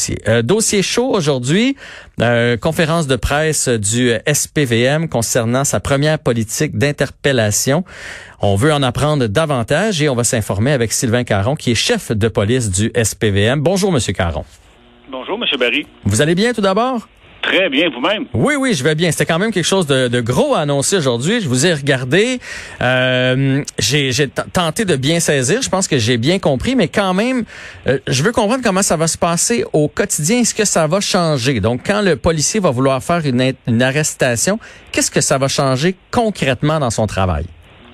dossier. Dossier chaud aujourd'hui, conférence de presse du SPVM concernant sa première politique d'interpellation. On veut en apprendre davantage et on va s'informer avec Sylvain Caron, qui est chef de police du SPVM. Bonjour, Monsieur Caron. Bonjour, M. Barry. Vous allez bien tout d'abord? Très bien, vous-même? Oui, je vais bien. C'était quand même quelque chose de gros à annoncer aujourd'hui. Je vous ai regardé. J'ai tenté de bien saisir. Je pense que j'ai bien compris, mais quand même, je veux comprendre comment ça va se passer au quotidien. Est-ce que ça va changer? Donc, quand le policier va vouloir faire une arrestation, qu'est-ce que ça va changer concrètement dans son travail?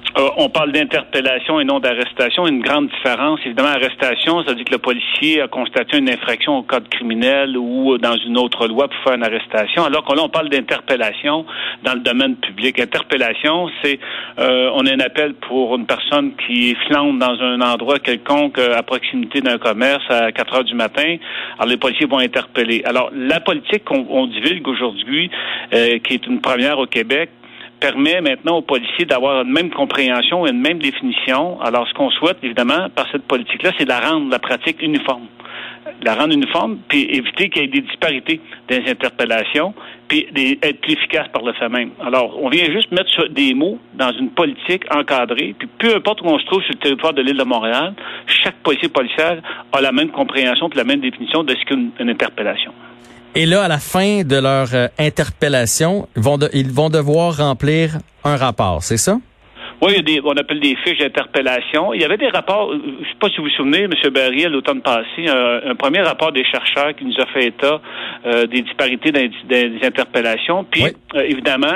On parle d'interpellation et non d'arrestation. Une grande différence. Évidemment, arrestation, ça veut dire que le policier a constaté une infraction au code criminel ou dans une autre loi pour faire une arrestation, alors que là, on parle d'interpellation dans le domaine public. Interpellation, c'est on a un appel pour une personne qui flambe dans un endroit quelconque à proximité d'un commerce à 4 heures du matin. Alors, les policiers vont interpeller. Alors, la politique qu'on divulgue aujourd'hui, qui est une première au Québec, permet maintenant aux policiers d'avoir une même compréhension et une même définition. Alors, ce qu'on souhaite, évidemment, par cette politique-là, c'est de la rendre, la pratique uniforme. La rendre uniforme, puis éviter qu'il y ait des disparités dans les interpellations, puis être plus efficace par le fait même. Alors, on vient juste mettre des mots dans une politique encadrée, puis peu importe où on se trouve sur le territoire de l'île de Montréal, chaque policière a la même compréhension puis la même définition de ce qu'est une interpellation. Et là, à la fin de leur interpellation, ils vont devoir remplir un rapport, c'est ça? Oui, il y a on appelle des fiches d'interpellation. Il y avait des rapports, je ne sais pas si vous vous souvenez, M. Barry, à l'automne passé, un premier rapport des chercheurs qui nous a fait état des disparités dans des interpellations. Puis, oui. Évidemment,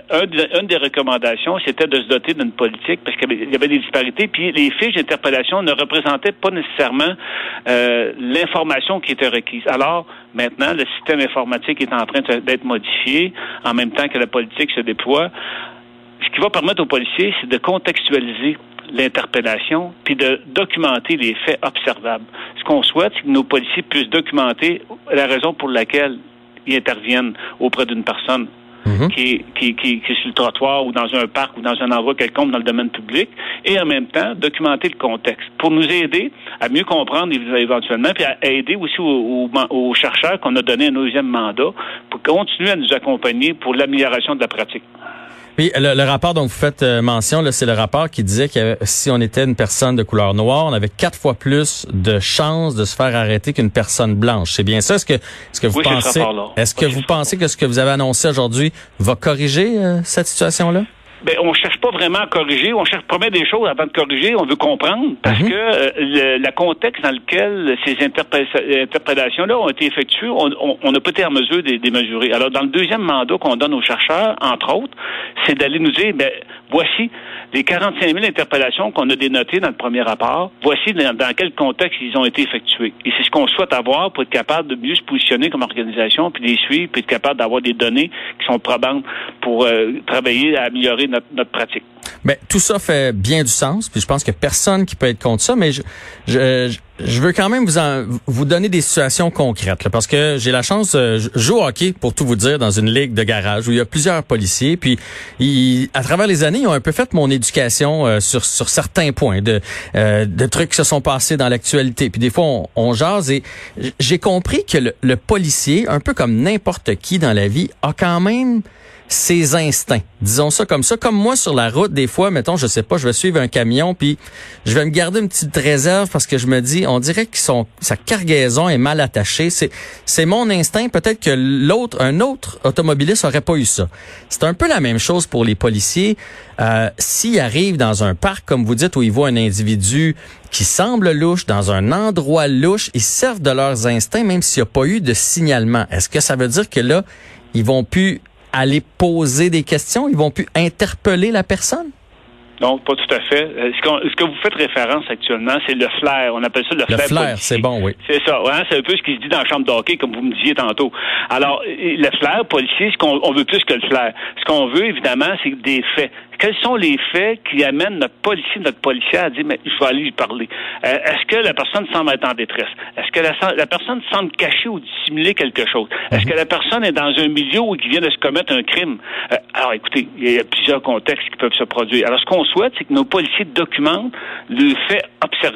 une des recommandations, c'était de se doter d'une politique parce qu'il y avait des disparités. Puis, les fiches d'interpellation ne représentaient pas nécessairement l'information qui était requise. Alors, maintenant, le système informatique est en train d'être modifié en même temps que la politique se déploie. Ce qui va permettre aux policiers, c'est de contextualiser l'interpellation puis de documenter les faits observables. Ce qu'on souhaite, c'est que nos policiers puissent documenter la raison pour laquelle ils interviennent auprès d'une personne qui est sur le trottoir ou dans un parc ou dans un endroit quelconque dans le domaine public et en même temps documenter le contexte pour nous aider à mieux comprendre éventuellement puis à aider aussi aux chercheurs qu'on a donné un deuxième mandat pour continuer à nous accompagner pour l'amélioration de la pratique. Oui, le rapport dont vous faites mention, là, c'est le rapport qui disait que si on était une personne de couleur noire, on avait 4 fois plus de chances de se faire arrêter qu'une personne blanche. C'est bien ça? Est-ce que vous pensez, vous pensez que ce que vous avez annoncé aujourd'hui va corriger cette situation-là? Ben, on cherche pas vraiment à corriger. On cherche première des choses avant de corriger. On veut comprendre parce que le contexte dans lequel ces interpellations-là ont été effectuées, on n'a pas été en mesure de les mesurer. Alors, dans le deuxième mandat qu'on donne aux chercheurs, entre autres, c'est d'aller nous dire, ben, voici les 45 000 interpellations qu'on a dénotées dans le premier rapport. Voici dans quel contexte ils ont été effectués. Et c'est ce qu'on souhaite avoir pour être capable de mieux se positionner comme organisation, puis les suivre, puis être capable d'avoir des données qui sont probantes pour travailler à améliorer notre pratique. Ben, tout ça fait bien du sens, puis je pense que personne qui peut être contre ça, mais je veux quand même vous donner des situations concrètes, là, parce que j'ai la chance, je joue au hockey, pour tout vous dire, dans une ligue de garage où il y a plusieurs policiers, puis à travers les années, ils ont un peu fait mon éducation sur certains points de trucs qui se sont passés dans l'actualité. Puis des fois, on jase et j'ai compris que le policier, un peu comme n'importe qui dans la vie, a quand même ses instincts. Disons ça comme ça. Comme moi, sur la route, des fois, mettons, je sais pas, je vais suivre un camion, puis je vais me garder une petite réserve parce que je me dis, on dirait que sa cargaison est mal attachée. C'est mon instinct. Peut-être que un autre automobiliste aurait pas eu ça. C'est un peu la même chose pour les policiers. S'ils arrivent dans un parc, comme vous dites, où ils voient un individu qui semble louche, dans un endroit louche, ils servent de leurs instincts, même s'il n'y a pas eu de signalement. Est-ce que ça veut dire que là, ils vont plus aller poser des questions? Ils vont plus interpeller la personne? Non, pas tout à fait. Ce que vous faites référence actuellement, c'est le flair. On appelle ça le flair. Le flair, c'est bon, oui. C'est ça. Hein? C'est un peu ce qui se dit dans la chambre d'hockey, comme vous me disiez tantôt. Alors, le flair policier, on veut plus que le flair. Ce qu'on veut, évidemment, c'est des faits. Quels sont les faits qui amènent notre policier à dire, mais je vais aller lui parler? Est-ce que la personne semble être en détresse? Est-ce que la personne semble cacher ou dissimuler quelque chose? Est-ce que la personne est dans un milieu où il vient de se commettre un crime? Alors, écoutez, il y a plusieurs contextes qui peuvent se produire. Alors, ce qu'on souhaite, c'est que nos policiers documentent le fait observé.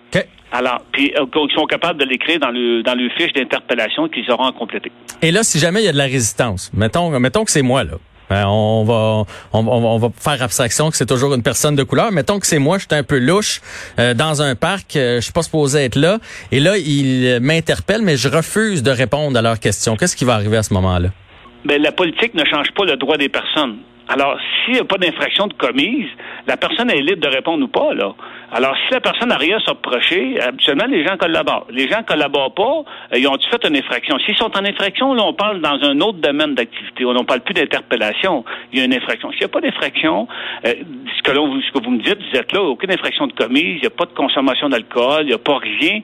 OK. Alors, puis ils sont capables de l'écrire dans le fiche d'interpellation qu'ils auront à compléter. Et là, si jamais il y a de la résistance, mettons que c'est moi, là. On va faire abstraction que c'est toujours une personne de couleur. Mettons que c'est moi, je suis un peu louche dans un parc, je suis pas supposé être là. Et là, ils m'interpellent, mais je refuse de répondre à leurs questions. Qu'est-ce qui va arriver à ce moment-là? Ben, la politique ne change pas le droit des personnes. Alors, s'il n'y a pas d'infraction de commise, la personne est libre de répondre ou pas, là. Alors, si la personne n'a rien à se reprocher, habituellement, les gens collaborent. Les gens collaborent pas, ils ont-tu fait une infraction? S'ils sont en infraction, là, on parle dans un autre domaine d'activité. On ne parle plus d'interpellation. Il y a une infraction. S'il n'y a pas d'infraction, ce que vous me dites, vous êtes là, aucune infraction de commise, il n'y a pas de consommation d'alcool, il n'y a pas rien.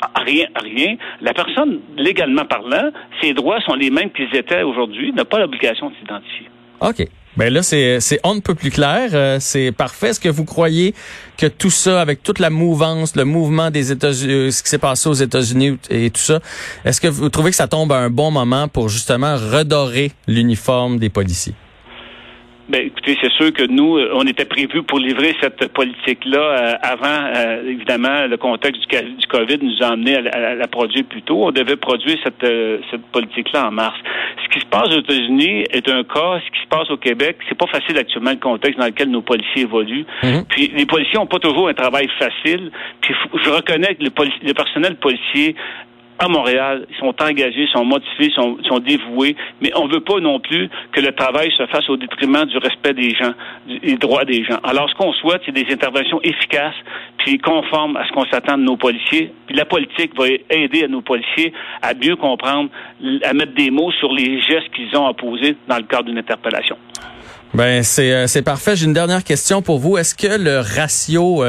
La personne, légalement parlant, ses droits sont les mêmes qu'ils étaient aujourd'hui, n'a pas l'obligation de s'identifier. OK. Ben là, c'est on ne peut plus clair. C'est parfait. Est-ce que vous croyez que tout ça, avec toute la mouvance, le mouvement des États-Unis, ce qui s'est passé aux États-Unis et tout ça, est-ce que vous trouvez que ça tombe à un bon moment pour justement redorer l'uniforme des policiers? Ben, écoutez, c'est sûr que nous, on était prévus pour livrer cette politique-là avant, évidemment, le contexte du COVID nous a amené à la produire plus tôt. On devait produire cette politique-là en mars. Ce qui se passe aux États-Unis est un cas. Ce qui se passe au Québec, c'est pas facile actuellement le contexte dans lequel nos policiers évoluent. Mm-hmm. Puis les policiers ont pas toujours un travail facile. Puis je reconnais que le personnel policier à Montréal, ils sont engagés, sont motivés, sont dévoués, mais on veut pas non plus que le travail se fasse au détriment du respect des gens, des droits des gens. Alors, ce qu'on souhaite, c'est des interventions efficaces, puis conformes à ce qu'on s'attend de nos policiers. Puis la politique va aider à nos policiers à mieux comprendre, à mettre des mots sur les gestes qu'ils ont à poser dans le cadre d'une interpellation. Ben c'est parfait. J'ai une dernière question pour vous. Est-ce que le ratio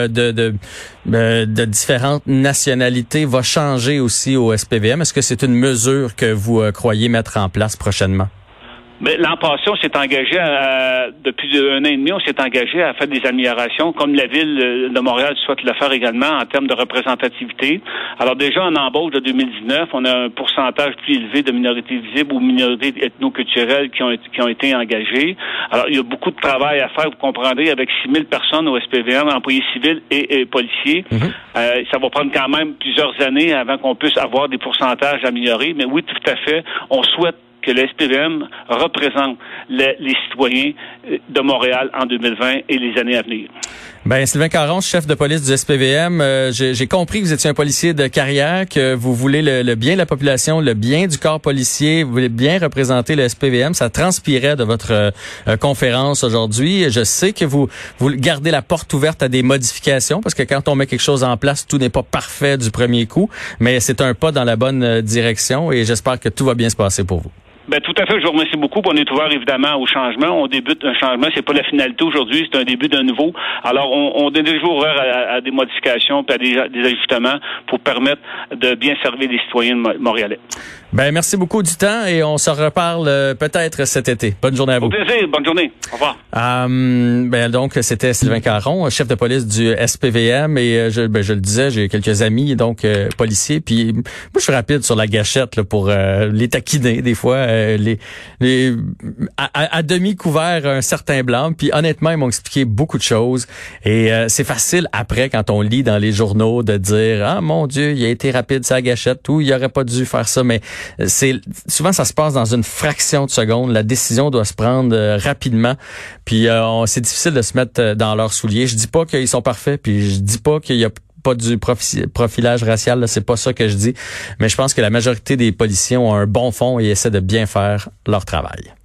de différentes nationalités va changer aussi au SPVM? Est-ce que c'est une mesure que vous croyez mettre en place prochainement? Mais l'an passé, on s'est engagé depuis 1 an et demi, on s'est engagé à faire des améliorations, comme la Ville de Montréal souhaite le faire également en termes de représentativité. Alors déjà, en embauche de 2019, on a un pourcentage plus élevé de minorités visibles ou minorités ethnoculturelles qui ont été engagées. Alors, il y a beaucoup de travail à faire, vous comprendrez, avec 6 000 personnes au SPVM, employés civils et policiers. Mm-hmm. Ça va prendre quand même plusieurs années avant qu'on puisse avoir des pourcentages améliorés. Mais oui, tout à fait, on souhaite que le SPVM représente les citoyens de Montréal en 2020 et les années à venir. Ben Sylvain Caron, chef de police du SPVM, j'ai compris que vous étiez un policier de carrière, que vous voulez le bien de la population, le bien du corps policier, vous voulez bien représenter le SPVM. Ça transpirait de votre conférence aujourd'hui. Je sais que vous gardez la porte ouverte à des modifications, parce que quand on met quelque chose en place, tout n'est pas parfait du premier coup, mais c'est un pas dans la bonne direction et j'espère que tout va bien se passer pour vous. Ben tout à fait, je vous remercie beaucoup. On est ouvert évidemment au changement. On débute un changement, c'est pas la finalité aujourd'hui, c'est un début d'un nouveau. Alors on est déjà ouvert à des modifications puis à des ajustements pour permettre de bien servir les citoyens montréalais. Ben merci beaucoup du temps et on se reparle peut-être cet été. Bonne journée à vous. Au plaisir, bonne journée. Au revoir. Ben donc c'était Sylvain Caron, chef de police du SPVM et je le disais, j'ai quelques amis donc policiers puis moi je suis rapide sur la gâchette là, pour les taquiner des fois à demi couvert un certain blanc puis honnêtement ils m'ont expliqué beaucoup de choses et c'est facile après quand on lit dans les journaux de dire ah mon Dieu, il a été rapide sur la gâchette ou il aurait pas dû faire ça mais souvent ça se passe dans une fraction de seconde. La décision doit se prendre rapidement. Puis c'est difficile de se mettre dans leurs souliers. Je dis pas qu'ils sont parfaits, puis je dis pas qu'il y a pas du profilage racial, là, c'est pas ça que je dis. Mais je pense que la majorité des policiers ont un bon fond et essaient de bien faire leur travail.